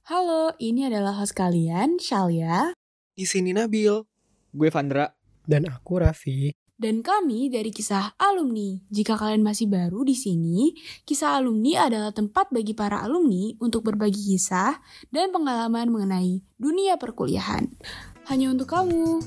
Halo, ini adalah host kalian, Shalia. Di sini Nabil. Gue Vandra. Dan aku Raffi. Dan kami dari Kisah Alumni. Jika kalian masih baru di sini, Kisah Alumni adalah tempat bagi para alumni untuk berbagi kisah dan pengalaman mengenai dunia perkuliahan. Hanya untuk kamu.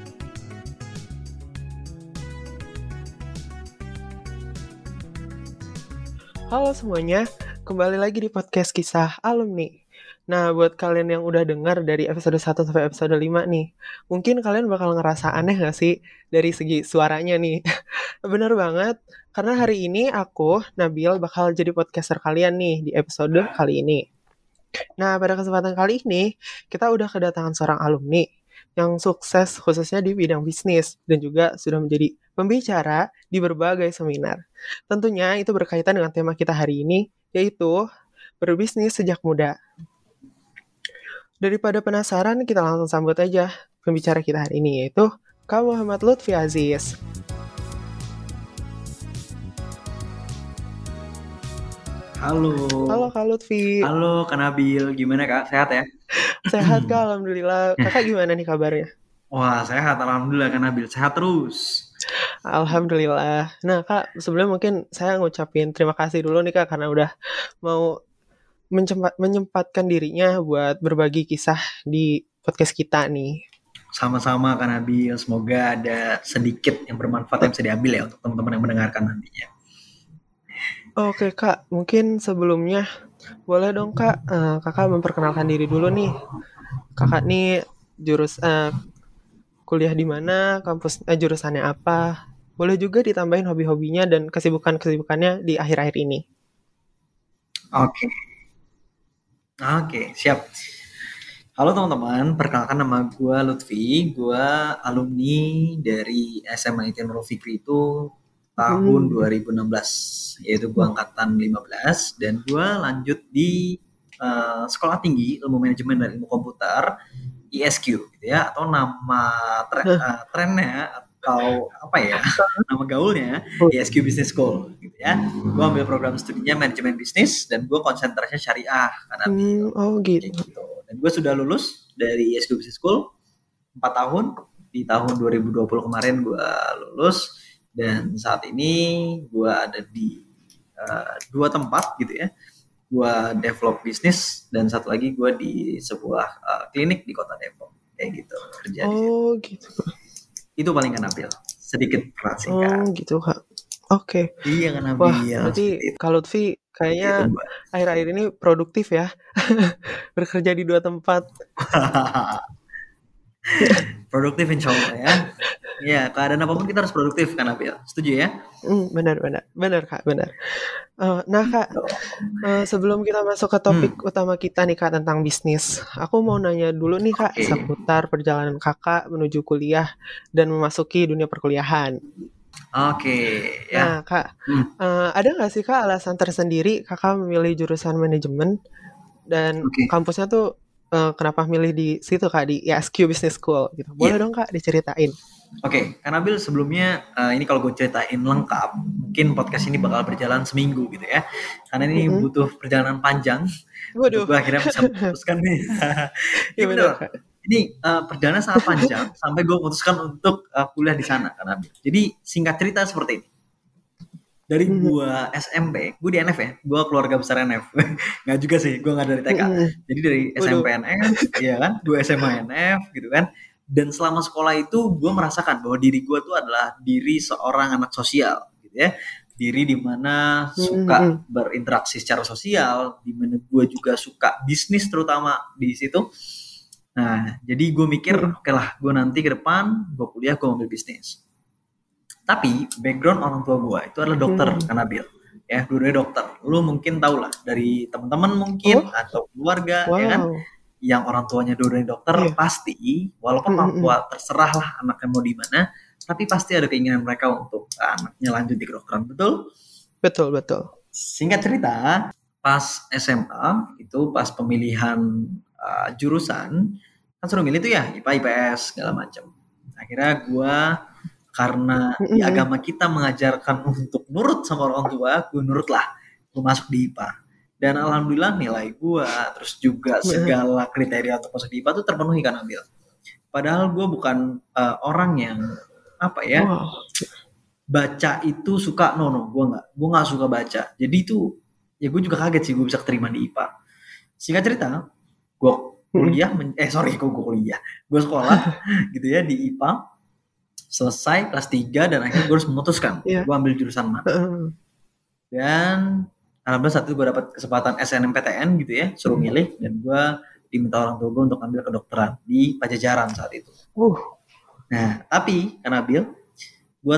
Halo semuanya, kembali lagi di podcast Kisah Alumni. Nah, buat kalian yang udah dengar dari episode 1 sampai episode 5 nih, mungkin kalian bakal ngerasa aneh gak sih dari segi suaranya nih? Bener banget, karena hari ini aku, Nabil, bakal jadi podcaster kalian nih di episode kali ini. Nah, pada kesempatan kali ini, kita udah kedatangan seorang alumni yang sukses khususnya di bidang bisnis dan juga sudah menjadi pembicara di berbagai seminar. Tentunya itu berkaitan dengan tema kita hari ini, yaitu berbisnis sejak muda. Daripada penasaran, kita langsung sambut aja pembicara kita hari ini, yaitu Kak Muhammad Lutfi Aziz. Halo. Halo Kak Lutfi. Halo Kak Nabil, gimana Kak? Sehat ya? Sehat Kak, Alhamdulillah. Kakak gimana nih kabarnya? Wah, sehat, Alhamdulillah Kak Nabil. Sehat terus. Alhamdulillah. Nah Kak, sebelumnya mungkin saya ngucapin terima kasih dulu nih Kak, karena udah mau menyempatkan dirinya buat berbagi kisah di podcast kita nih. Sama-sama Kak Nabil, semoga ada sedikit yang bermanfaat yang bisa diambil ya untuk teman-teman yang mendengarkan nantinya. Oke Kak, mungkin sebelumnya boleh dong Kak, Kakak memperkenalkan diri dulu nih. Kakak nih kuliah di mana, jurusannya apa. Boleh juga ditambahin hobi-hobinya dan kesibukan-kesibukannya di akhir-akhir ini. Oke, siap. Halo teman-teman, perkenalkan nama gue Lutfi. Gue alumni dari SMA ITN Nurul Fikri itu tahun 2016, yaitu gue angkatan 15, dan gue lanjut di Sekolah Tinggi Ilmu Manajemen dan Ilmu Komputer ISQ gitu ya, atau nama trennya atau apa ya, nama gaulnya ISQ Business School gitu ya. Gue ambil program studinya manajemen bisnis dan gue konsentrasinya syariah karena gitu. Dan gue sudah lulus dari ISQ Business School 4 tahun. Di tahun 2020 kemarin gue lulus, dan saat ini gue ada di 2 tempat gitu ya. Gue develop bisnis dan satu lagi gue di sebuah klinik di kota Depok kayak gitu kerja di situ. Gitu. Itu paling kan Nabil, sedikit singkat. Gitu Kak. Oke. Iya kan Nabil. Wah, berarti Kak Lutfi kayaknya akhir-akhir ini produktif ya. Bekerja di 2 tempat. Produktif insya Allah ya. Ya, keadaan apapun kita harus produktif kan Nabil. Setuju ya? Benar Kak, benar. Nah Kak, sebelum kita masuk ke topik utama kita nih Kak tentang bisnis, aku mau nanya dulu nih Kak seputar perjalanan Kakak menuju kuliah dan memasuki dunia perkuliahan. Ya. Nah Kak, ada nggak sih Kak alasan tersendiri Kakak memilih jurusan manajemen dan kampusnya tuh kenapa milih di situ Kak, di ISQ Business School gitu? Boleh dong Kak diceritain? Kak Nabil, sebelumnya ini kalau gue ceritain lengkap, mungkin podcast ini bakal berjalan seminggu gitu ya, karena ini butuh perjalanan panjang. Waduh. Gue akhirnya bisa memutuskan nih. Iya benar. Ini perjalanan sangat panjang sampai gue memutuskan untuk kuliah di sana Kak Nabil. Jadi singkat cerita seperti ini. Dari gue SMP, gue di NF ya, gue keluarga besar NF. Nggak juga sih, gue nggak dari TK. Jadi dari SMP NF, ya kan, gue SMA NF gitu kan. Dan selama sekolah itu gue merasakan bahwa diri gue tuh adalah diri seorang anak sosial gitu ya. Diri dimana suka berinteraksi secara sosial, dimana gue juga suka bisnis terutama di situ. Nah, jadi gue mikir, oke lah, gue nanti ke depan, gue kuliah, gue ambil bisnis. Tapi background orang tua gue itu adalah dokter, kan Nabil. Ya, dua-duanya dokter. Lu mungkin tau lah, dari teman-teman mungkin, atau keluarga, ya kan? Yang orang tuanya dua-duanya dokter, pasti, walaupun Papua terserah lah anaknya mau di mana, tapi pasti ada keinginan mereka untuk anaknya lanjut di kedokteran, betul? Betul. Singkat cerita, pas SMA, itu pas pemilihan jurusan, kan suruh milih tuh ya, IPA, IPS, segala macam. Akhirnya gue, karena di agama kita mengajarkan untuk nurut sama orang tua, gue nurut lah, gue masuk di IPA. Dan alhamdulillah nilai gue, terus juga segala kriteria untuk masuk di IPA tuh terpenuhi kan Nabil. Padahal gue bukan orang yang baca itu suka, gue nggak suka baca. Jadi itu ya gue juga kaget sih gue bisa keterima di IPA. Singkat cerita, gue kuliah, gue sekolah gitu ya di IPA, selesai kelas 3 dan akhirnya gue harus memutuskan gue ambil jurusan mana. Dan alhamdulillah saat itu gue dapat kesempatan SNMPTN gitu ya, suruh milih, dan gue diminta orang tua gue untuk ambil kedokteran di Pajajaran saat itu. Nah, tapi karena gue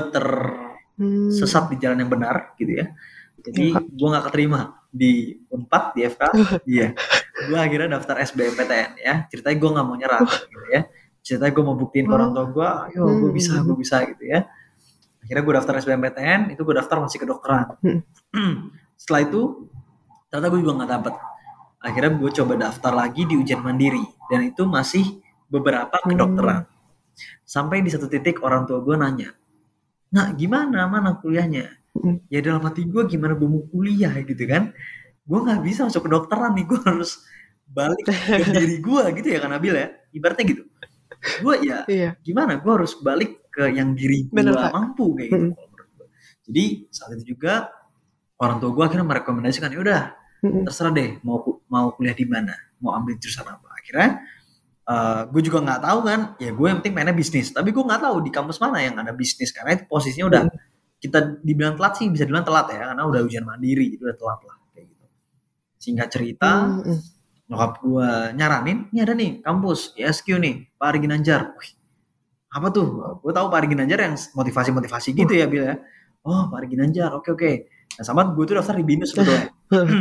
tersesat di jalan yang benar gitu ya. Jadi gue nggak keterima di Unpad, di FK. Iya. Gue akhirnya daftar SBMPTN ya. Ceritanya gue nggak mau nyerah gitu ya. Ceritanya gue mau buktiin ke orang tua gue, ayo gue bisa gitu ya. Akhirnya gue daftar SBMPTN, itu gue daftar masih kedokteran. Setelah itu ternyata gue juga nggak dapet. Akhirnya gue coba daftar lagi di ujian mandiri, dan itu masih beberapa kedokteran. Sampai di satu titik orang tua gue nanya, nah gimana, mana kuliahnya? Ya dalam hati gue, gimana gue mau kuliah gitu kan? Gue nggak bisa masuk kedokteran nih, gue harus balik ke diri gue gitu ya kan Nabil ya, ibaratnya gitu. Gue ya gimana, gue harus balik ke yang diri gue mampu kayak gitu. Jadi saat itu juga orang tua gue akhirnya merekomendasikan, ya udah terserah deh mau kuliah di mana, mau ambil jurusan apa. Akhirnya gue juga nggak tahu kan, ya gue yang penting mainnya bisnis, tapi gue nggak tahu di kampus mana yang ada bisnis, karena itu posisinya udah kita dibilang telat sih, bisa dibilang telat ya, karena udah ujian mandiri, itu udah telat lah kayak gitu. Singkat cerita, nyokap gue nyaranin, ini ada nih kampus ISQ nih, Pak Ari Ginanjar. Wih, apa tuh? Gue tahu Pak Ari Ginanjar yang motivasi gitu ya Bil ya. Oh, Pak Ari Ginanjar, oke. Nah sama gue tuh daftar di BINUS sebetulnya.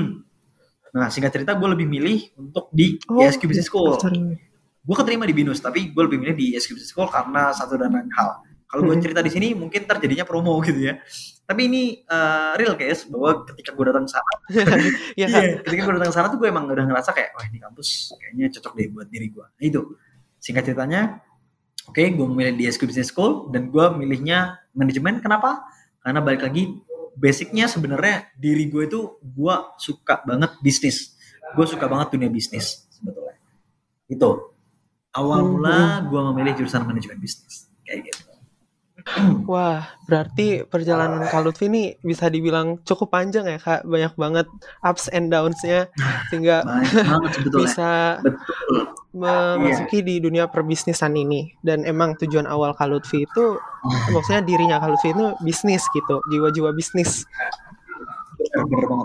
Nah singkat cerita gue lebih milih untuk di ISQ Business School. Gue keterima di BINUS, tapi gue lebih milih di ISQ Business School karena satu dan lain hal. Kalau gue cerita di sini mungkin terjadinya promo gitu ya. Tapi ini real case, bahwa ketika gue datang ke sana, ketika gue datang ke sana tuh gue emang udah ngerasa kayak, wah ini kampus kayaknya cocok deh buat diri gue. Nah, itu singkat ceritanya, oke, gue memilih di ISQ Business School, dan gue milihnya manajemen. Kenapa? Karena balik lagi, basicnya sebenarnya diri gue itu, gue suka banget bisnis. Gue suka banget dunia bisnis sebetulnya. Itu awal mula gue memilih jurusan manajemen bisnis kayak gitu. Wah, berarti perjalanan Kak Lutfi ini bisa dibilang cukup panjang ya Kak, banyak banget ups and downs-nya, sehingga bisa memasuki di dunia perbisnisan ini. Dan emang tujuan awal Kak Lutfi itu, maksudnya dirinya Kak Lutfi itu bisnis gitu, jiwa-jiwa bisnis. Bener banget.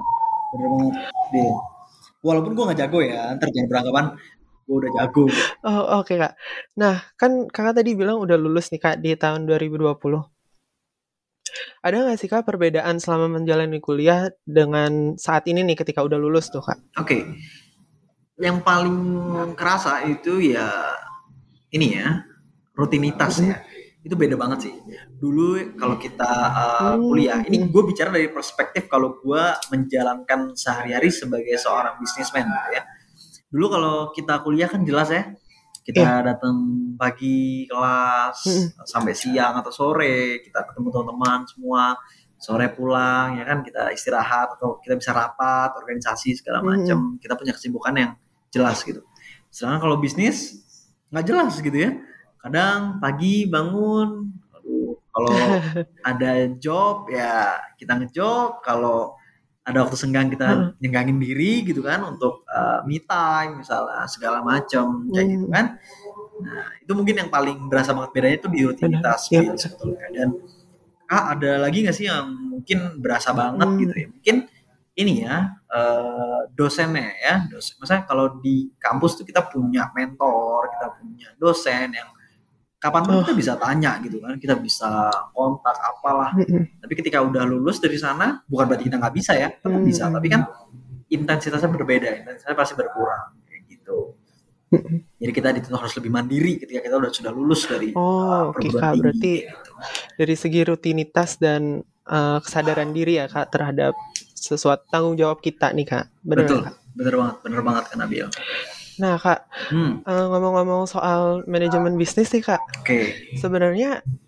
Walaupun gue gak jago ya, ntar jangan beranggapan gue udah jago. Oh, oke Kak. Nah, kan Kakak tadi bilang udah lulus nih Kak di tahun 2020. Ada nggak sih Kak perbedaan selama menjalani kuliah dengan saat ini nih ketika udah lulus tuh Kak? Oke. Yang paling kerasa itu ya ini ya, rutinitas ya. Itu beda banget sih. Dulu kalau kita kuliah, ini gue bicara dari perspektif kalau gue menjalankan sehari-hari sebagai seorang bisnismen gitu ya. Dulu kalau kita kuliah kan jelas ya, kita datang pagi kelas sampai siang atau sore, kita ketemu teman-teman semua, sore pulang ya kan, kita istirahat atau kita bisa rapat, organisasi segala macam. Kita punya kesibukan yang jelas gitu. Sedangkan kalau bisnis nggak jelas gitu ya. Kadang pagi bangun, kalau ada job ya kita ngejob, kalau ada waktu senggang kita nyenggangin diri gitu kan untuk me time misalnya segala macam kayak gitu kan. Nah itu mungkin yang paling berasa banget bedanya itu di rutinitas sebetulnya. Dan ada lagi nggak sih yang mungkin berasa banget gitu ya? Mungkin ini ya dosennya ya. Misalnya kalau di kampus tuh kita punya mentor, kita punya dosen yang kapanpun kita bisa tanya gitu kan, kita bisa kontak apalah. Tapi ketika udah lulus dari sana, bukan berarti kita nggak bisa ya, tetap bisa. Tapi kan intensitasnya berbeda, intensitasnya pasti berkurang kayak gitu. Jadi kita dituntut harus lebih mandiri ketika kita sudah lulus dari perguruan tinggi. Berarti gitu. Dari segi rutinitas dan kesadaran diri ya Kak terhadap sesuatu tanggung jawab kita nih Kak. Betul, bener banget kan Nabil. Nah Kak, ngomong-ngomong soal manajemen bisnis nih Kak, sebenarnya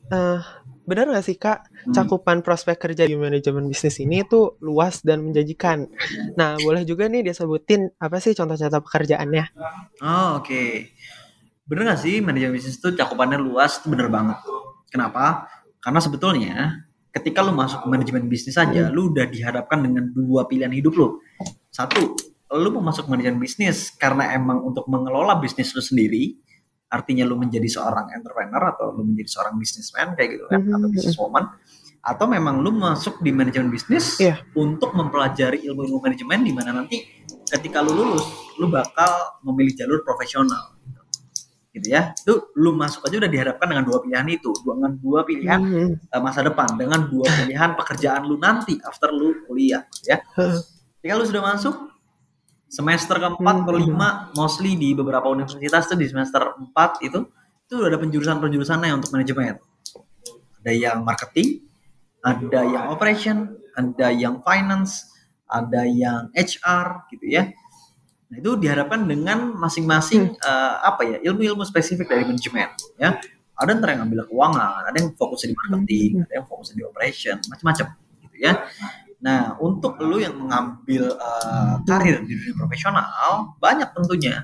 benar nggak sih Kak, cakupan prospek kerja di manajemen bisnis ini tuh luas dan menjanjikan. Nah, boleh juga nih disebutin apa sih contoh-contoh pekerjaannya? Oh, oke. Bener nggak sih manajemen bisnis itu cakupannya luas? Itu bener banget. Kenapa? Karena sebetulnya ketika lu masuk ke manajemen bisnis aja, lu udah dihadapkan dengan dua pilihan hidup lu. Satu, lu mau masuk manajemen bisnis karena emang untuk mengelola bisnis lu sendiri, artinya lu menjadi seorang entrepreneur atau lu menjadi seorang businessman kayak gitu kan, atau businesswoman, atau memang lu masuk di manajemen bisnis untuk mempelajari ilmu-ilmu manajemen di mana nanti ketika lu lulus, lu bakal memilih jalur profesional. Gitu ya, itu lu masuk aja udah dihadapkan dengan dua pilihan itu, dengan dua pilihan masa depan, dengan dua pilihan pekerjaan lu nanti after lu kuliah ya. Ketika lu sudah masuk semester keempat atau 5, mostly di beberapa universitas tuh di semester 4 itu udah ada penjurusan-penjurusannya untuk manajemen. Ada yang marketing, ada yang operation, ada yang finance, ada yang HR gitu ya. Nah, itu diharapkan dengan masing-masing ilmu-ilmu spesifik dari manajemen ya. Ada yang ngambil keuangan, ada yang fokusnya di marketing, ada yang fokusnya di operation, macam-macam gitu ya. Nah, untuk lu yang mengambil karir di dunia profesional, banyak tentunya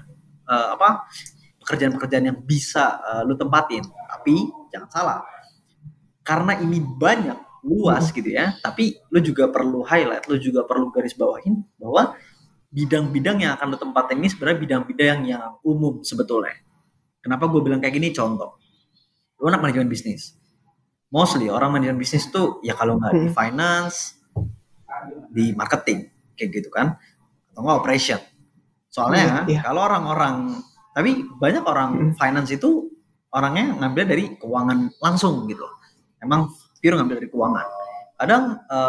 pekerjaan-pekerjaan yang bisa lu tempatin. Tapi jangan salah, karena ini banyak, luas gitu ya, tapi lu juga perlu highlight, lu juga perlu garis bawahin bahwa bidang-bidang yang akan lu tempatin ini sebenarnya bidang-bidang yang umum sebetulnya. Kenapa gue bilang kayak gini? Contoh, lu anak manajemen bisnis. Mostly orang manajemen bisnis tuh ya kalau nggak di finance, di marketing kayak gitu kan, atau nggak operation. Soalnya kalau orang-orang, tapi banyak orang finance itu orangnya ngambil dari keuangan langsung gitu. Emang pure ngambil dari keuangan. Kadang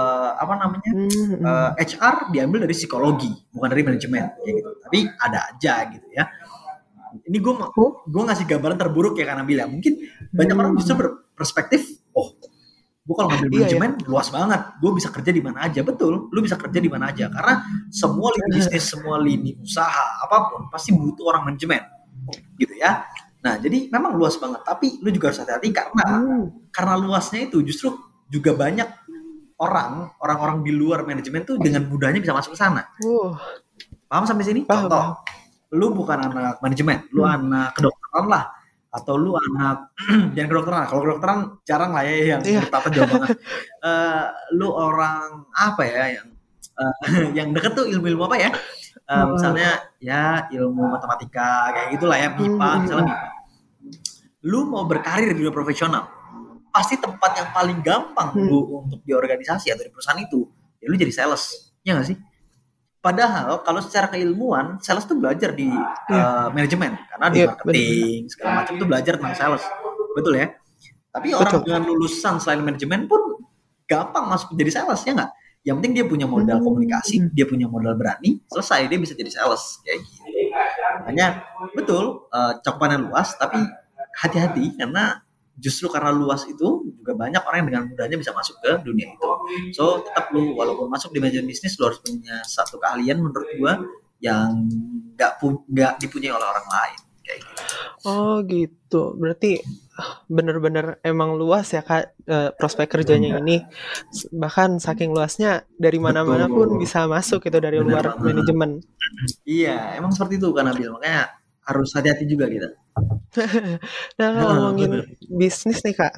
HR diambil dari psikologi, bukan dari manajemen kayak gitu. Tapi ada aja gitu ya. Ini gue ngasih gambaran terburuk ya karena bilang mungkin banyak orang justru berperspektif, gue kalau ngambil manajemen luas banget, gue bisa kerja di mana aja. Betul, lu bisa kerja di mana aja karena semua lini bisnis, semua lini usaha apapun pasti butuh orang manajemen, gitu ya. Nah, jadi memang luas banget, tapi lu juga harus hati-hati karena luasnya itu justru juga banyak orang-orang di luar manajemen tuh dengan mudahnya bisa masuk ke sana. Paham sampai sini? Contoh, lu bukan anak manajemen, lu anak kedokteran lah. Atau lu anak jangan kedokteran. Kalau kedokteran jarang lah ya yang bertata jauh banget. Lu orang apa ya yang deket tuh ilmu apa ya? Misalnya ya ilmu matematika kayak gitulah ya, MIPA misalnya MIPA. Lu mau berkarir di dunia profesional, pasti tempat yang paling gampang lu untuk di organisasi atau di perusahaan itu ya lu jadi sales, ya nggak sih? Padahal kalau secara keilmuan, sales tuh belajar di manajemen karena di marketing segala macam tuh belajar tentang sales, betul ya? Tapi orang dengan lulusan selain manajemen pun gampang masuk jadi sales, ya nggak? Yang penting dia punya modal komunikasi, dia punya modal berani, selesai dia bisa jadi sales kayak gitu. Makanya betul cakupannya luas, tapi hati-hati karena justru karena luas itu juga banyak orang yang dengan mudahnya bisa masuk ke dunia itu. So tetap lu walaupun masuk di manajemen bisnis lu harus punya satu keahlian menurut gua yang nggak dipunyai oleh orang lain kayak gitu. Oh gitu, berarti bener-bener emang luas ya Kak prospek kerjanya ini. Bahkan saking luasnya dari mana-mana pun bisa masuk itu dari luar manajemen. Iya, emang seperti itu kan Nabil, makanya harus hati-hati juga kita. Nah kalau ngomongin bisnis nih Kak,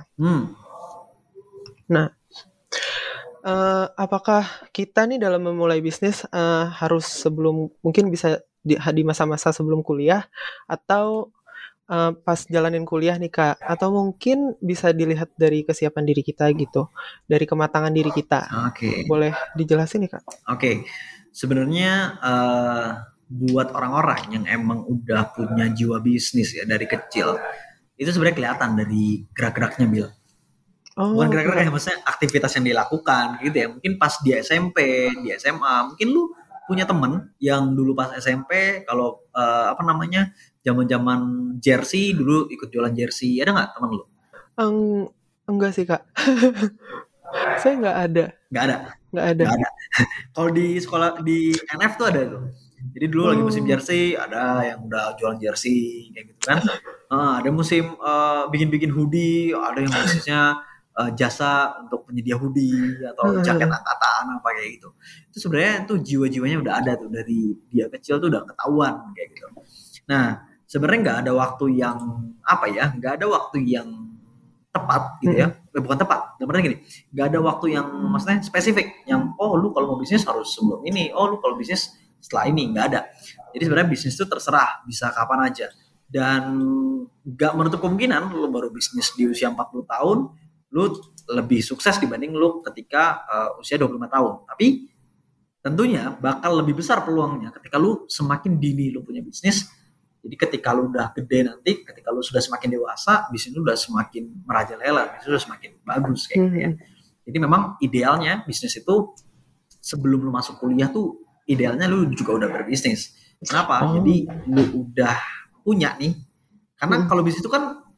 nah apakah kita nih dalam memulai bisnis harus sebelum mungkin bisa di masa-masa sebelum kuliah atau pas jalanin kuliah nih Kak, atau mungkin bisa dilihat dari kesiapan diri kita gitu, dari kematangan diri kita. Boleh dijelasin nih Kak? Sebenarnya buat orang-orang yang emang udah punya jiwa bisnis ya dari kecil, itu sebenarnya kelihatan dari gerak-geraknya Bil. Bukan gerak-gerak ya, maksudnya aktivitas yang dilakukan gitu ya. Mungkin pas di SMP, di SMA, mungkin lu punya temen yang dulu pas SMP kalau zaman-zaman jersey dulu ikut jualan jersey, ada nggak temen lu? Enggak sih Kak. Saya nggak ada. Kalau di sekolah di NF tuh ada tuh. Jadi dulu lagi musim jersey, ada yang udah jualan jersey kayak gitu kan. Ada musim bikin hoodie, ada yang bisnisnya jasa untuk penyedia hoodie atau jaket angkatan apa kayak gitu. Itu sebenarnya tuh jiwa-jiwanya udah ada tuh dari dia kecil tuh udah ketahuan kayak gitu. Nah, sebenarnya nggak ada waktu yang nggak ada waktu yang tepat gitu ya. Bukan tepat, sebenarnya gini, nggak ada waktu yang maksudnya spesifik yang lu kalau mau bisnis harus sebelum ini, lu kalau bisnis setelah ini, nggak ada. Jadi sebenarnya bisnis itu terserah, bisa kapan aja. Dan nggak menutup kemungkinan lu baru bisnis di usia 40 tahun, lu lebih sukses dibanding lu ketika usia 25 tahun. Tapi tentunya bakal lebih besar peluangnya ketika lu semakin dini lu punya bisnis. Jadi ketika lu udah gede nanti, ketika lu sudah semakin dewasa, bisnis lu udah semakin merajalela, bisnis lu udah semakin bagus kayak gitu ya. Jadi memang idealnya bisnis itu sebelum lu masuk kuliah tuh idealnya lu juga udah berbisnis. Kenapa? Jadi lu udah punya nih. Karena kalau bisnis itu kan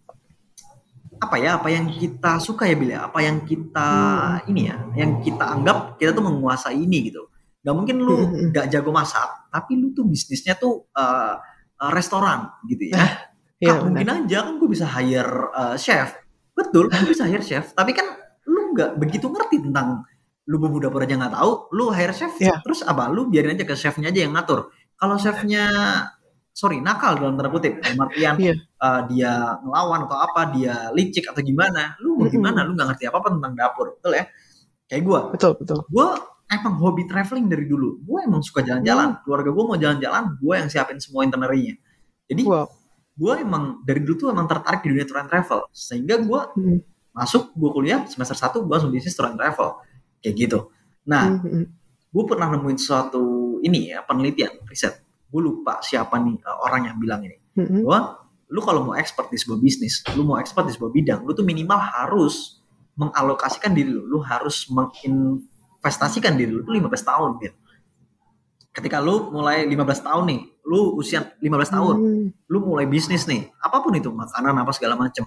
apa yang kita suka ya Bil ya, apa yang kita yang kita anggap kita tuh menguasai ini gitu. Gak mungkin lu gak jago masak, tapi lu tuh bisnisnya tuh restoran gitu ya. Mungkin aja kan gue bisa hire chef. Betul, gue bisa hire chef, tapi kan lu gak begitu ngerti tentang lu bumbu dapur aja gak tahu, lu hire chef, terus apa? Lu biarin aja ke chefnya aja yang ngatur. Kalau chefnya nakal dalam tanda kutip, dalam artian dia ngelawan atau apa, dia licik atau gimana, lu mau gimana, lu gak ngerti apa-apa tentang dapur, betul ya? Kayak gue. Betul. Gue emang hobi traveling dari dulu. Gue emang suka jalan-jalan. Keluarga gue mau jalan-jalan, gue yang siapin semua itinerary-nya. Jadi gue emang dari dulu tuh emang tertarik di dunia tour and travel. Sehingga gue masuk, gue kuliah semester 1, gue langsung bisnis tour and travel. Kayak gitu. Nah, gue pernah nemuin suatu penelitian, riset. Gue lupa siapa nih orang yang bilang ini. Bahwa lu kalau mau expert di sebuah bisnis, lu mau expert di sebuah bidang, lu tuh minimal harus mengalokasikan diri lu. Lu harus investasikan diri lu 15 tahun gitu. Ketika lu mulai 15 tahun nih, lu usia 15 tahun, lu mulai bisnis nih, apapun itu, makanan apa segala macam.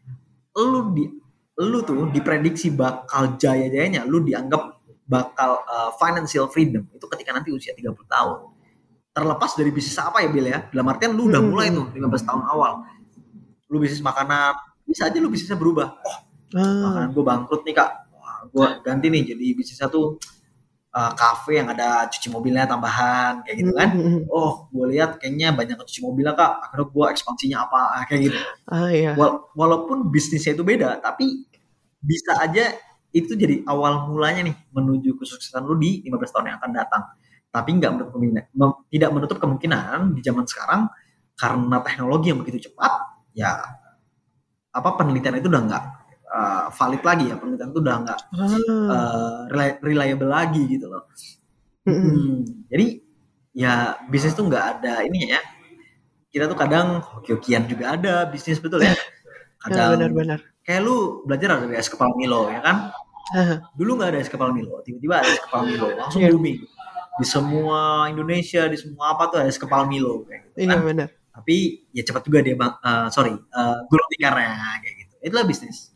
Lu tuh diprediksi bakal jaya-jayanya, lu dianggap bakal financial freedom itu ketika nanti usia 30 tahun. Terlepas dari bisnis apa ya Bil ya. Dalam artian lu udah mulai tuh 15 tahun awal. Lu bisnis makanan, bisa aja lu bisnisnya berubah. Makanan gue bangkrut nih Kak. Gue ganti nih jadi bisnisnya tuh kafe yang ada cuci mobilnya tambahan kayak gitu kan. Gue lihat kayaknya banyak cuci mobilnya Kak, akhirnya gue ekspansinya apa kayak gitu. Walaupun bisnisnya itu beda, tapi bisa aja itu jadi awal mulanya nih menuju kesuksesan lu di 15 tahun yang akan datang. Tapi tidak menutup kemungkinan di zaman sekarang karena teknologi yang begitu cepat, ya penelitian itu udah nggak valid lagi ya, penelitian itu udah nggak reliable lagi gitu loh. Jadi ya bisnis tuh nggak ada ininya ya. Kita tuh kadang hoki-hokian juga ada bisnis, betul ya. Kadang benar. Kayak lu belajar dari es kepal Milo ya kan. Dulu nggak ada es kepal Milo, tiba-tiba ada es kepal Milo, langsung booming di semua Indonesia, di semua apa tuh ada es kepal Milo kayak gitu kan. Benar. Tapi ya cepat juga dia gulung tikarnya kayak gitu. Itulah bisnis.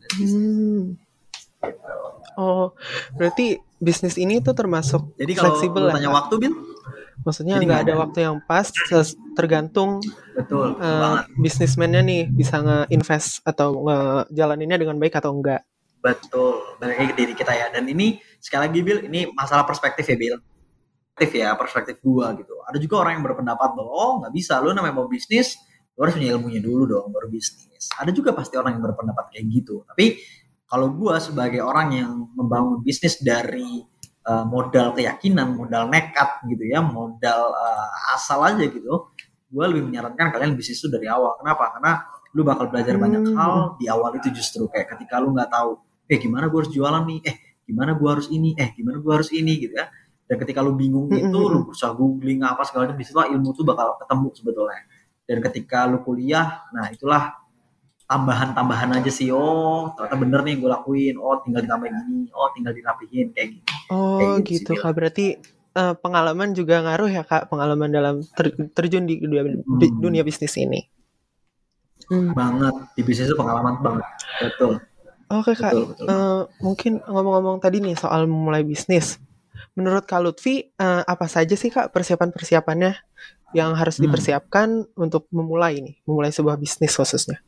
Berarti bisnis ini tuh termasuk jadi kalau fleksibel tanya waktu Bil, maksudnya nggak ada waktu yang pas, tergantung betul bisnismennya nih bisa nge-invest atau ngejalaninnya dengan baik atau enggak. Betul, balik lagi ke diri kita ya. Dan ini sekali lagi Bil, ini masalah perspektif ya Bil. Perspektif gua gitu. Ada juga orang yang berpendapat bahwa nggak bisa, lu namanya mau bisnis, lu harus punya ilmunya dulu dong baru bisnis. Ada juga pasti orang yang berpendapat kayak gitu. Tapi kalau gua sebagai orang yang membangun bisnis dari modal keyakinan, modal nekat gitu ya, modal asal aja gitu, gua lebih menyarankan kalian bisnis itu dari awal. Kenapa? Karena lu bakal belajar banyak hal di awal itu, justru kayak ketika lu nggak tahu, gimana gua harus jualan nih, gimana gua harus ini, gimana gua harus ini gitu ya. Dan ketika lu bingung itu, lu berusaha googling apa segala macam, disitulah ilmu tuh bakal ketemu sebetulnya. Dan ketika lu kuliah, nah itulah tambahan-tambahan aja sih. Ternyata bener nih gue lakuin. Tinggal ditambahin gini. Tinggal dirapihin kayak gitu. Kayak gitu Kak. Berarti pengalaman juga ngaruh ya Kak, pengalaman dalam terjun di dunia bisnis ini. Banget, di bisnis itu pengalaman banget. Betul. Oke Kak, betul. Mungkin ngomong-ngomong tadi nih soal memulai bisnis. Menurut Kak Lutfi, apa saja sih Kak persiapan-persiapannya yang harus dipersiapkan untuk memulai sebuah bisnis khususnya?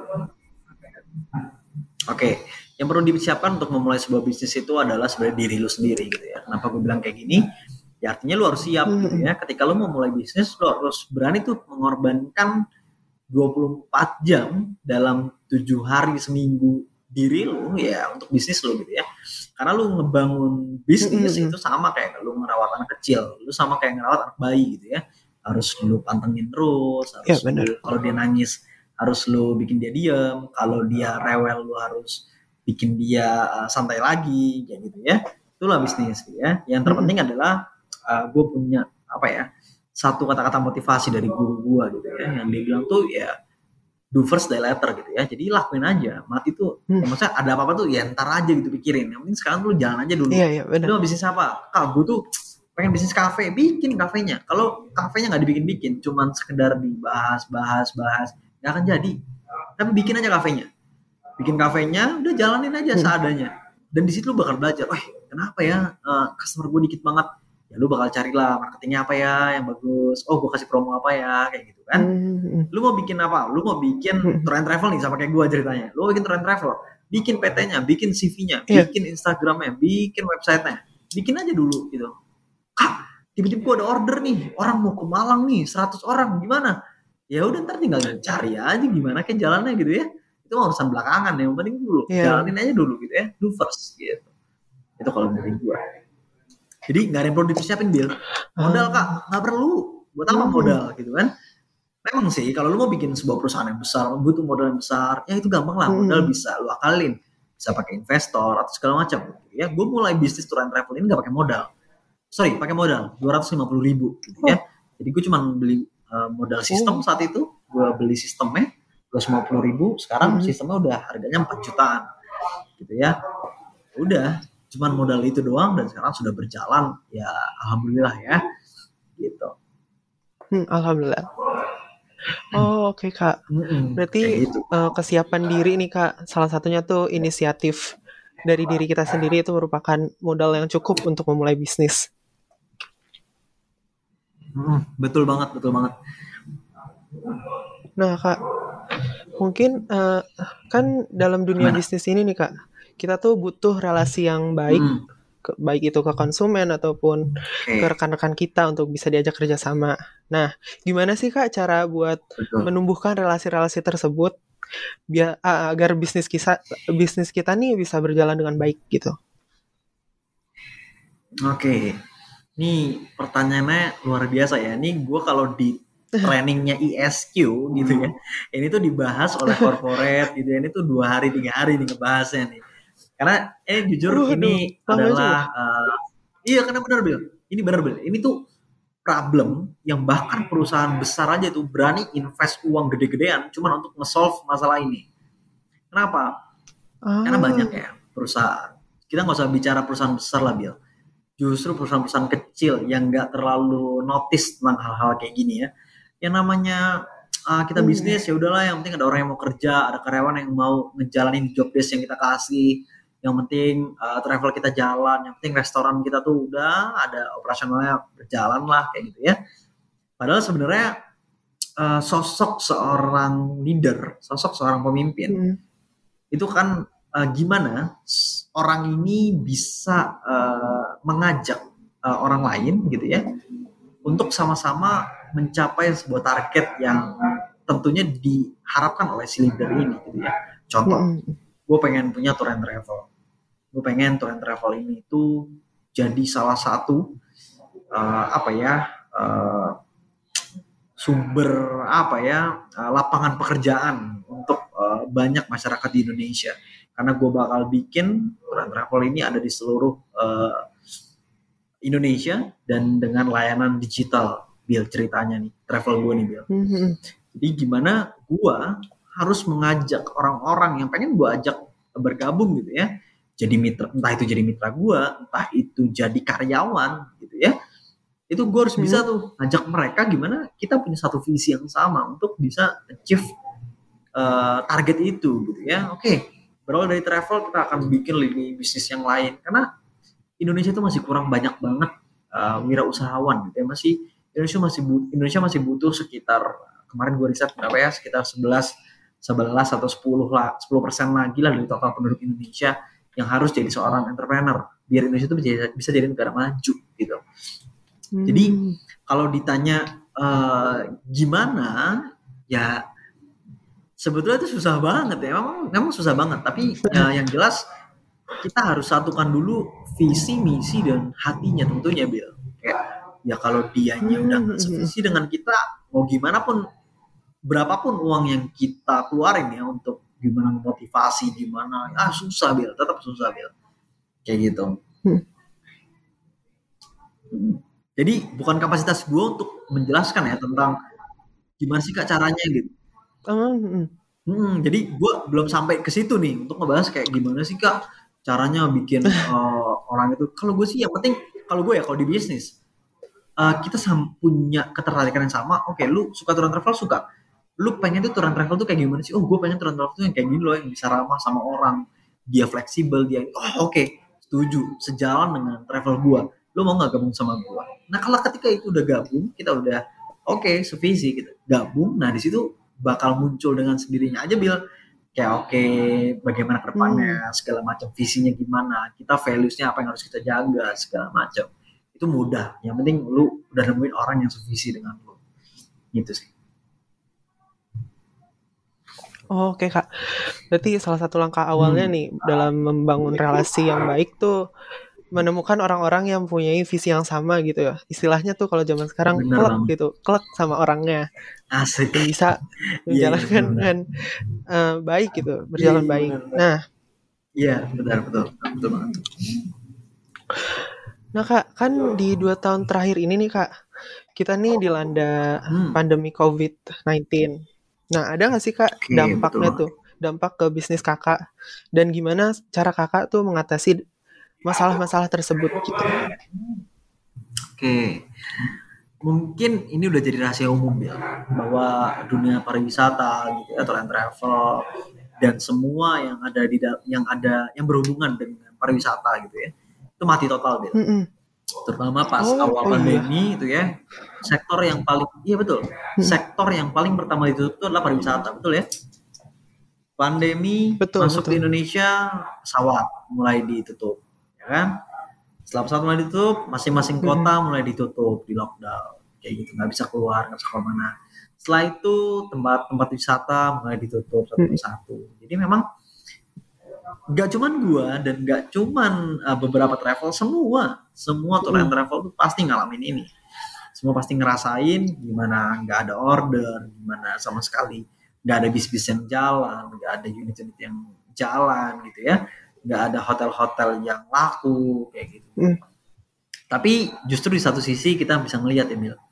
Oke, yang perlu dipersiapkan untuk memulai sebuah bisnis itu adalah sebenarnya diri lu sendiri gitu ya. Kenapa gue bilang kayak gini? Ya artinya lu harus siap gitu ya. Ketika lu mau mulai bisnis, lu harus berani tuh mengorbankan 24 jam dalam 7 hari seminggu diri lu ya untuk bisnis lu gitu ya. Karena lu ngebangun bisnis itu sama kayak lu ngerawat anak kecil, lu sama kayak ngerawat anak bayi gitu ya. Harus lu pantengin terus, harus kalau dia nangis harus lu bikin dia diem, kalau dia rewel lu harus bikin dia santai lagi kayak gitu ya. Itulah bisnis gitu ya. Yang terpenting adalah gue punya satu kata-kata motivasi dari guru gue gitu ya, yang dia bilang tuh ya do first die later gitu ya. Jadi lakuin aja, mati tuh ya, maksudnya ada apa-apa tuh ya ntar aja gitu pikirin. Yang penting sekarang lu jalan aja dulu. Lu mau bisnis apa? Kak, gue tuh pengen bisnis kafe, bikin kafenya. Kalau kafenya nggak dibikin-bikin, cuman sekedar dibahas, nggak akan jadi. Tapi bikin aja kafenya. Bikin kafenya, udah jalanin aja seadanya. Dan di situ lu bakal belajar, kenapa ya customer gue dikit banget? Ya lu bakal carilah marketingnya apa ya yang bagus. Oh, gue kasih promo apa ya, kayak gitu kan. Lu mau bikin apa? Lu mau bikin tour and travel nih, sama kayak gue ceritanya. Lu mau bikin tour and travel, bikin PT-nya, bikin CV-nya, bikin Instagram-nya, bikin website-nya. Bikin aja dulu gitu. Kak, tiba-tiba gue ada order nih, orang mau ke Malang nih, 100 orang, gimana? Ya udah ntar tinggal cari aja gimana kayak jalannya gitu ya. Itu urusan belakangan, yang penting dulu jalanin aja dulu gitu ya, do first gitu. Itu kalau dari gue. Jadi nggak ada yang perlu dipersiapin, Bill. Modal Kak, nggak perlu. Buat apa modal gitu kan? Memang sih kalau lu mau bikin sebuah perusahaan yang besar, butuh modal yang besar, ya itu gampang lah. Modal bisa lu akalin, bisa pakai investor atau segala macam. Ya, gue mulai bisnis tour and travel ini nggak pakai modal. Pakai modal 250.000 gitu ya. Jadi gue cuma beli modal sistem saat itu, gue beli sistemnya 250.000. Sekarang sistemnya udah harganya 4 jutaan gitu ya. Udah, cuman modal itu doang dan sekarang sudah berjalan ya, alhamdulillah ya gitu. Alhamdulillah. Oke, Kak. Berarti gitu. Kesiapan diri nih Kak, salah satunya tuh inisiatif dari diri kita sendiri itu merupakan modal yang cukup untuk memulai bisnis. Betul banget. Nah Kak, mungkin kan dalam dunia bisnis ini nih Kak, kita tuh butuh relasi yang baik, baik itu ke konsumen ataupun ke rekan-rekan kita untuk bisa diajak kerjasama. Nah, gimana sih Kak cara buat menumbuhkan relasi-relasi tersebut biar agar bisnis kita nih bisa berjalan dengan baik gitu? Oke. Ini pertanyaannya luar biasa ya. Ini gue kalau di trainingnya ISQ gitu ya, ini tuh dibahas oleh corporate gitu ya. Ini tuh 2 hari 3 hari nih ngebahasnya nih. Karena jujur ini adalah karena benar Bill. Ini benar Bill. Ini tuh problem yang bahkan perusahaan besar aja tuh berani invest uang gede-gedean cuma untuk nge-solve masalah ini. Kenapa? Karena banyak ya perusahaan. Kita nggak usah bicara perusahaan besar lah Bill. Justru perusahaan-perusahaan kecil yang nggak terlalu notice tentang hal-hal kayak gini ya. Yang namanya kita bisnis ya udahlah, yang penting ada orang yang mau kerja, ada karyawan yang mau ngejalanin job desk yang kita kasih. Yang penting travel kita jalan, yang penting restoran kita tuh udah ada operasionalnya berjalan lah kayak gitu ya. Padahal sebenarnya sosok seorang leader, sosok seorang pemimpin itu kan gimana orang ini bisa mengajak orang lain gitu ya untuk sama-sama mencapai sebuah target yang tentunya diharapkan oleh si leader ini gitu ya. Contoh, gue pengen punya tour and travel. Gue pengen tour and travel ini tuh jadi salah satu sumber lapangan pekerjaan untuk banyak masyarakat di Indonesia. Karena gue bakal bikin tour and travel ini ada di seluruh Indonesia dan dengan layanan digital, Bill, ceritanya nih, travel gue nih, Bill. Jadi gimana gue harus mengajak orang-orang yang pengen gue ajak bergabung gitu ya, jadi mitra, entah itu jadi mitra gue, entah itu jadi karyawan gitu ya. Itu gue harus bisa tuh ngajak mereka gimana kita punya satu visi yang sama untuk bisa achieve target itu gitu ya. Oke. Berawal dari travel, kita akan bikin lini bisnis yang lain. Karena Indonesia itu masih kurang banyak banget wirausahawan gitu ya. Masih Indonesia masih butuh sekitar, kemarin gue riset berapa ya, sekitar 11 atau 10 lah, 10% lagi lah dari total penduduk Indonesia yang harus jadi seorang entrepreneur biar Indonesia itu bisa jadi negara maju gitu. Jadi kalau ditanya gimana, ya sebetulnya itu susah banget ya, memang susah banget. Tapi yang jelas kita harus satukan dulu visi, misi, dan hatinya tentunya, Bill. Kayak ya kalau dianya udah nggak sevisi dengan kita, mau gimana pun, berapapun uang yang kita keluarin ya untuk gimana memotivasi, gimana, susah, Bill, tetap susah, Bill. Kayak gitu. Jadi bukan kapasitas gue untuk menjelaskan ya tentang gimana sih Kak caranya gitu. Jadi gue belum sampai ke situ nih untuk ngebahas kayak gimana sih Kak caranya bikin orang itu. Kalau gue sih yang penting, kalau gue ya, kalau di bisnis kita punya ketertarikan yang sama. Oke, lu suka tour and travel, suka. Lu pengen tuh tour and travel tuh kayak gimana sih? Oh, gue pengen tour and travel tuh yang kayak gini loh, yang bisa ramah sama orang, dia fleksibel, dia oke, setuju, sejalan dengan travel gue. Lu mau nggak gabung sama gue? Nah, kalau ketika itu udah gabung, kita udah oke, sevisi gitu, gabung. Nah, di situ bakal muncul dengan sendirinya aja, Bill. Kayak bagaimana ke depannya, segala macam, visinya gimana, kita values-nya apa yang harus kita jaga, segala macam. Itu mudah. Yang penting lu udah nemuin orang yang sevisi dengan lu. Gitu sih. Oke Kak, berarti salah satu langkah awalnya nih dalam membangun relasi yang baik tuh menemukan orang-orang yang mempunyai visi yang sama gitu ya. Istilahnya tuh kalau zaman sekarang klek sama orangnya. Asik. Yang bisa menjalankan dengan baik gitu, berjalan baik. Nah, iya, betul banget. Nah Kak, kan di 2 tahun terakhir ini nih Kak, kita nih dilanda pandemi COVID-19. Nah, ada nggak sih Kak dampaknya tuh, dampak ke bisnis Kakak, dan gimana cara Kakak tuh mengatasi masalah-masalah tersebut gitu? Oke. Mungkin ini udah jadi rahasia umum ya, bahwa dunia pariwisata gitu ya, tour and travel, dan semua yang berhubungan dengan pariwisata gitu ya, itu mati total gitu. Terutama pas awal pandemi itu ya, sektor yang paling sektor yang paling pertama ditutup itu adalah pariwisata, betul ya. Pandemi masuk ke Indonesia, pesawat mulai ditutup, ya kan. Setelah pesawat mulai ditutup, masing-masing kota mulai ditutup, di lockdown, kayak gitu, nggak bisa keluar, nggak bisa kemana. Setelah itu tempat wisata mulai ditutup satu persatu. Jadi memang nggak cuman gua dan nggak cuman beberapa travel, semua tour and travel tuh pasti ngalamin ini. Semua pasti ngerasain gimana nggak ada order, gimana sama sekali nggak ada bis-bis yang jalan, nggak ada unit-unit yang jalan gitu ya, nggak ada hotel-hotel yang laku kayak gitu. Tapi justru di satu sisi kita bisa ngelihat ya, Mil,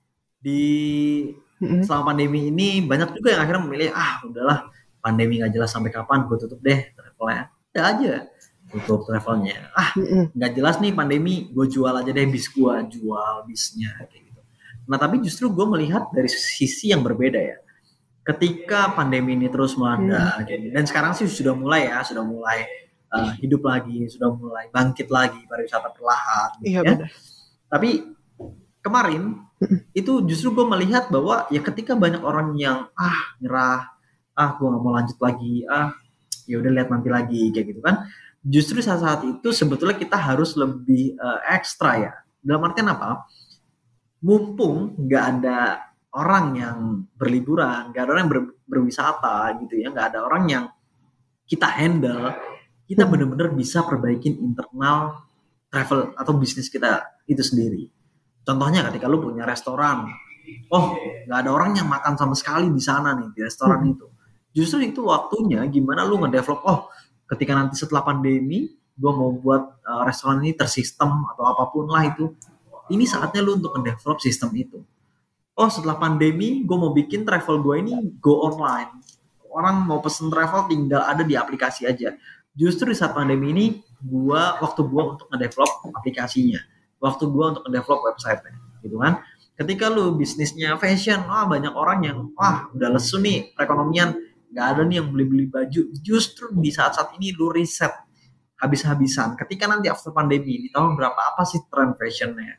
selama pandemi ini banyak juga yang akhirnya memilih udahlah, pandemi nggak jelas sampai kapan, gue tutup deh travelnya. Udah aja tutup travelnya. Nggak jelas nih pandemi, gue jual aja deh bis gue, jual bisnya kayak gitu. Nah tapi justru gue melihat dari sisi yang berbeda ya. Ketika pandemi ini terus melanda dan sekarang sih sudah mulai hidup lagi, sudah mulai bangkit lagi pariwisata perlahan gitu ya. Tapi kemarin itu justru gue melihat bahwa ya ketika banyak orang yang nyerah, gue nggak mau lanjut lagi, ya udah lihat nanti lagi kayak gitu kan. Justru saat itu sebetulnya kita harus lebih ekstra ya. Dalam artian apa? Mumpung nggak ada orang yang berliburan, nggak ada orang yang berwisata gitu ya, nggak ada orang yang kita handle, kita benar-benar bisa perbaikin internal travel atau bisnis kita itu sendiri. Contohnya ketika lu punya restoran, nggak ada orang yang makan sama sekali di sana nih, di restoran itu. Justru itu waktunya gimana lu ngedevelop, ketika nanti setelah pandemi, gue mau buat restoran ini tersistem atau apapun lah itu, ini saatnya lu untuk ngedevelop sistem itu. Setelah pandemi, gue mau bikin travel gue ini go online. Orang mau pesen travel tinggal ada di aplikasi aja. Justru di saat pandemi ini, waktu gue untuk ngedevelop aplikasinya, waktu gue untuk ngedevelop website-nya, gitu kan. Ketika lu bisnisnya fashion, banyak orang yang udah lesu nih perekonomian, nggak ada nih yang beli baju. Justru di saat-saat ini lu riset habis-habisan. Ketika nanti after pandemi di tahun berapa, apa sih tren fashionnya?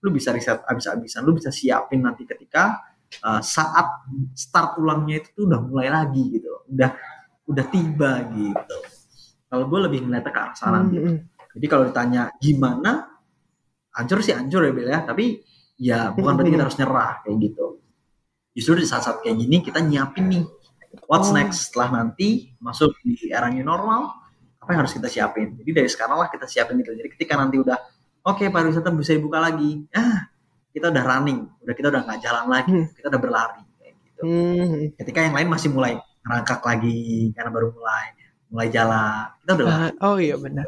lu bisa riset abis-abisan, lu bisa siapin nanti ketika saat start ulangnya itu tuh udah mulai lagi gitu, udah tiba gitu. Kalau gue lebih ngeliatnya ke arah sana. Jadi kalau ditanya gimana, hancur sih hancur ya Bil ya, tapi ya bukan berarti kita harus nyerah kayak gitu. Justru di saat-saat kayak gini kita nyiapin nih what's next setelah nanti masuk di era new normal, apa yang harus kita siapin. Jadi dari sekarang lah kita siapin itu. Jadi ketika nanti udah oke, pariwisata bisa dibuka lagi, kita udah running, kita udah nggak jalan lagi, kita udah berlari kayak gitu. Ketika yang lain masih mulai merangkak lagi karena baru mulai jalan, kita udah lari. Oh iya benar.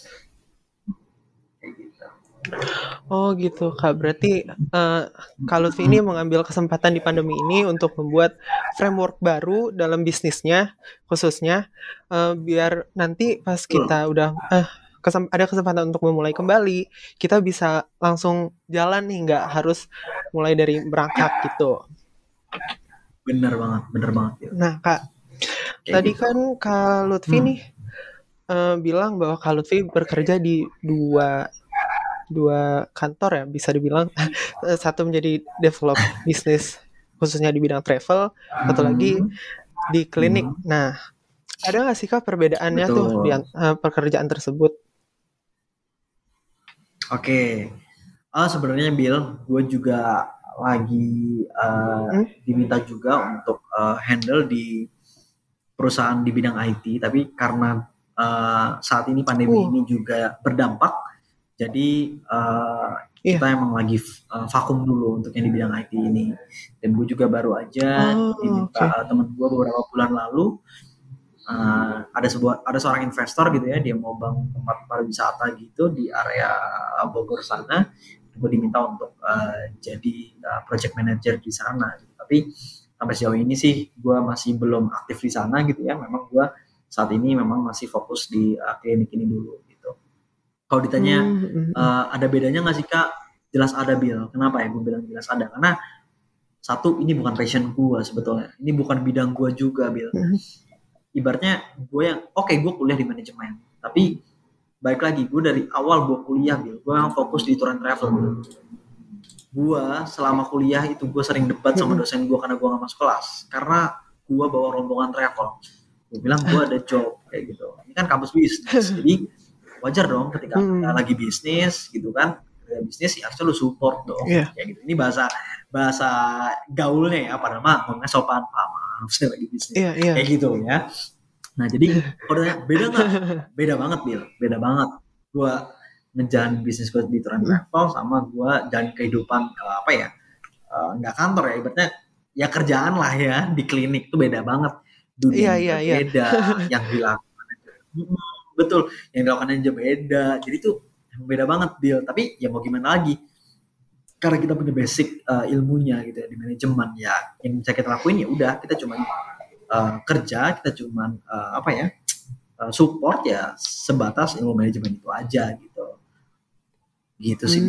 Oh gitu Kak, berarti Kak Lutfi ini mengambil kesempatan di pandemi ini untuk membuat framework baru dalam bisnisnya, khususnya biar nanti pas kita udah ada kesempatan untuk memulai kembali, kita bisa langsung jalan nih, nggak harus mulai dari berangkat gitu. Bener banget. Nah Kak, tadi kan Kak Lutfi nih bilang bahwa Kak Lutfi bekerja di dua kantor ya, bisa dibilang. Satu menjadi develop bisnis khususnya di bidang travel, satu lagi di klinik. Nah, ada nggak sih Kak perbedaannya tuh di pekerjaan tersebut? Oke. Sebenarnya Bill, gue juga lagi diminta juga untuk handle di perusahaan di bidang IT, tapi karena saat ini pandemi ini juga berdampak, jadi kita emang lagi vakum dulu untuk yang di bidang IT ini. Dan gue juga baru aja diminta teman gue beberapa bulan lalu, ada seorang investor gitu ya, dia mau bangun tempat pariwisata gitu di area Bogor sana. Gue diminta untuk jadi project manager di sana gitu. Tapi sampai sejauh ini sih gue masih belum aktif di sana gitu ya. Memang gue saat ini memang masih fokus di klinik ini dulu gitu. Kalau ditanya ada bedanya nggak sih Kak? Jelas ada Bill. Kenapa ya gue bilang jelas ada? Karena satu, ini bukan passion gue sebetulnya. Ini bukan bidang gue juga Bill. Ibaratnya gue yang gue kuliah di manajemen, tapi balik lagi gue dari awal gue kuliah Bill, gue yang fokus di tour and travel Bill. Gue selama kuliah itu gue sering debat sama dosen gue karena gue gak masuk kelas, karena gue bawa rombongan travel. Gue bilang gue ada job kayak gitu, ini kan kampus bisnis, jadi wajar dong ketika kita lagi bisnis gitu kan, bisnis ya harusnya lu support dong kayak gitu. Ini bahasa gaulnya ya, padahal mah ngomongnya sopan, harusnya lagi bisnis kayak gitu ya. Nah jadi kalau beda nggak? Beda banget Bill, beda banget. Gue ngejalan bisnis gue di tour and travel sama gue jalan kehidupan nggak kantor ya, ibaratnya ya kerjaan lah ya di klinik tuh beda banget. Dunia beda, yang dilakukan betul, yang dilakukan aja beda. Jadi tuh beda banget Bill. Tapi ya mau gimana lagi? Karena kita punya basic ilmunya gitu ya di manajemen, ya yang bisa kita lakuin ya udah, kita cuma kerja, kita cuman support ya sebatas ilmu manajemen itu aja gitu sih.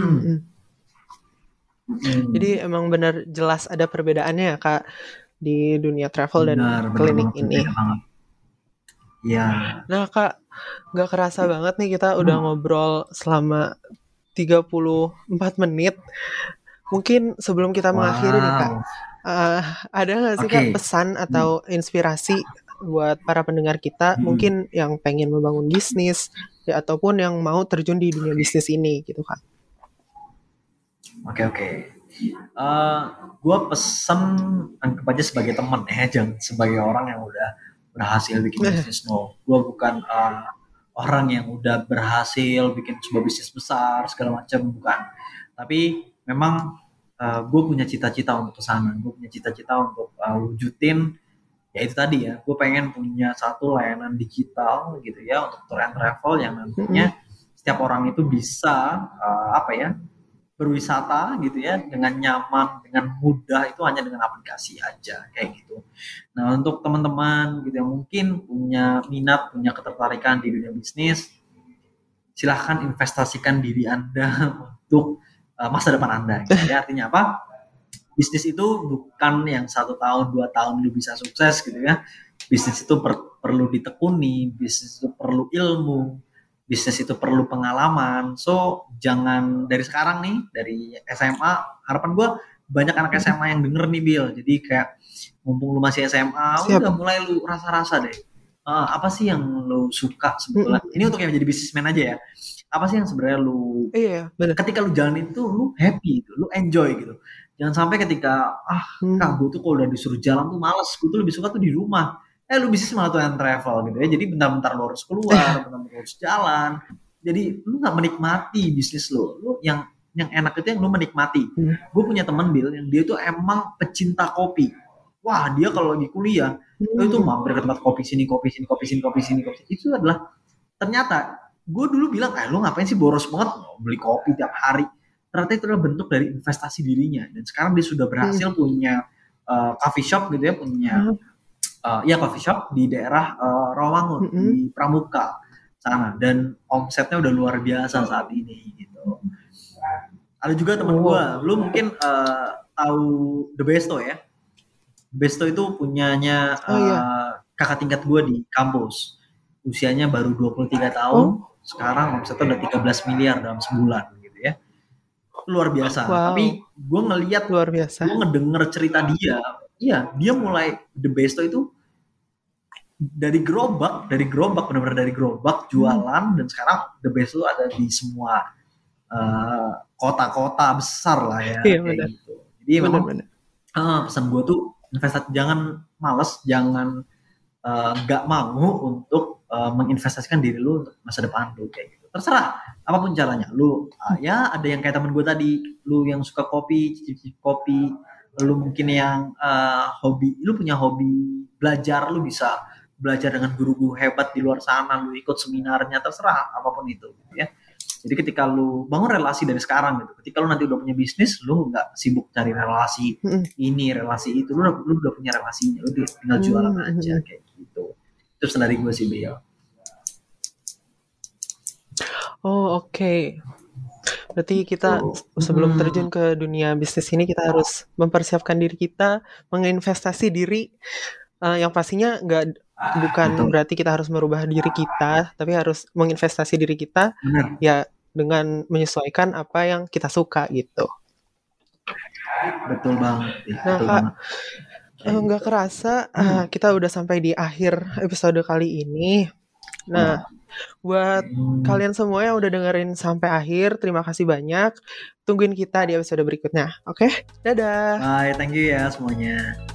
Jadi emang benar jelas ada perbedaannya ya Kak di dunia travel dan klinik ini. Ya. Nah Kak, nggak kerasa banget nih kita udah ngobrol selama 34 menit. Mungkin sebelum kita mengakhiri nih Kak, ada nggak sih Kak pesan atau inspirasi buat para pendengar kita, mungkin yang pengen membangun bisnis ya, ataupun yang mau terjun di dunia bisnis ini gitu Kak? Oke. Gue pesen anggap aja sebagai teman ya, jangan sebagai orang yang udah berhasil bikin bisnis. No, gue bukan orang yang udah berhasil bikin sebuah bisnis besar segala macam, bukan. Tapi memang gue punya cita-cita untuk kesana. Gue punya cita-cita untuk wujudin, ya itu tadi ya, gue pengen punya satu layanan digital gitu ya untuk tour and travel yang nantinya setiap orang itu bisa berwisata gitu ya dengan nyaman, dengan mudah, itu hanya dengan aplikasi aja kayak gitu. Nah untuk teman-teman gitu yang mungkin punya minat, punya ketertarikan di dunia bisnis, silahkan investasikan diri Anda untuk masa depan Anda gitu ya. Artinya apa? Bisnis itu bukan yang 1 tahun 2 tahun lu bisa sukses gitu ya. Bisnis itu perlu ditekuni, bisnis itu perlu ilmu, bisnis itu perlu pengalaman. So jangan dari sekarang nih, dari SMA, harapan gue banyak anak SMA yang denger nih Bill. Jadi kayak mumpung lu masih SMA, udah mulai lu rasa-rasa deh. Apa sih yang lu suka sebetulnya? Ini untuk yang jadi bisnismen aja ya. Apa sih yang sebenarnya lu ketika lu jalan itu lu happy gitu, lu enjoy gitu. Jangan sampai ketika kak gue tuh kalau udah disuruh jalan tuh males, gue tuh lebih suka tuh di rumah. Lu bisnis malah tuh yang travel gitu ya. Jadi bentar-bentar lu harus keluar, bentar-bentar lu harus jalan. Jadi lu nggak menikmati bisnis lu. Lu yang enak itu yang lu menikmati. Gue punya teman Bill yang dia tuh emang pecinta kopi. Wah, dia kalau lagi kuliah itu mampir ke tempat kopi sini. Itu adalah ternyata gue dulu bilang, lu ngapain sih boros banget beli kopi tiap hari. Ternyata itu adalah bentuk dari investasi dirinya. Dan sekarang dia sudah berhasil punya coffee shop gitu ya, punya coffee shop di daerah Rawangun di Pramuka sana, dan omsetnya udah luar biasa saat ini gitu. Ada juga teman gue, lu mungkin tahu The Besto ya. The Besto itu punyanya kakak tingkat gue di kampus. Usianya baru 23 tahun, sekarang omsetnya udah 13 miliar dalam sebulan gitu ya. Luar biasa. Tapi gue ngelihat, gue ngedenger cerita dia, dia mulai The Besto itu dari gerobak benar-benar dari gerobak jualan, dan sekarang The Besto ada di semua kota-kota besar lah ya. Kayak gitu. Jadi memang pesan gue tuh investasi, jangan males, jangan nggak mau untuk menginvestasikan diri lu untuk masa depan lu kayak gitu. Terserah apapun caranya. Lu ada yang kayak temen gue tadi, lu yang suka kopi, cicip kopi, lu mungkin yang lu punya hobi belajar, lu bisa belajar dengan guru-guru hebat di luar sana, lu ikut seminarnya, terserah apapun itu ya. Jadi ketika lu bangun relasi dari sekarang gitu, ketika lu nanti udah punya bisnis, lu nggak sibuk cari relasi ini, relasi itu, lu udah punya relasinya, lu tinggal jualan aja kayak gitu. Itu dari gue sih, Bel. Oke. Berarti kita sebelum terjun ke dunia bisnis ini, kita harus mempersiapkan diri kita, menginvestasi diri. Yang pastinya bukan berarti kita harus merubah diri kita, tapi harus menginvestasi diri kita ya dengan menyesuaikan apa yang kita suka gitu. Betul banget. Nah Kak, nggak kerasa kita udah sampai di akhir episode kali ini. Nah, buat kalian semua yang udah dengerin sampai akhir, terima kasih banyak. Tungguin kita di episode berikutnya. Oke? Dadah. Bye, thank you ya semuanya.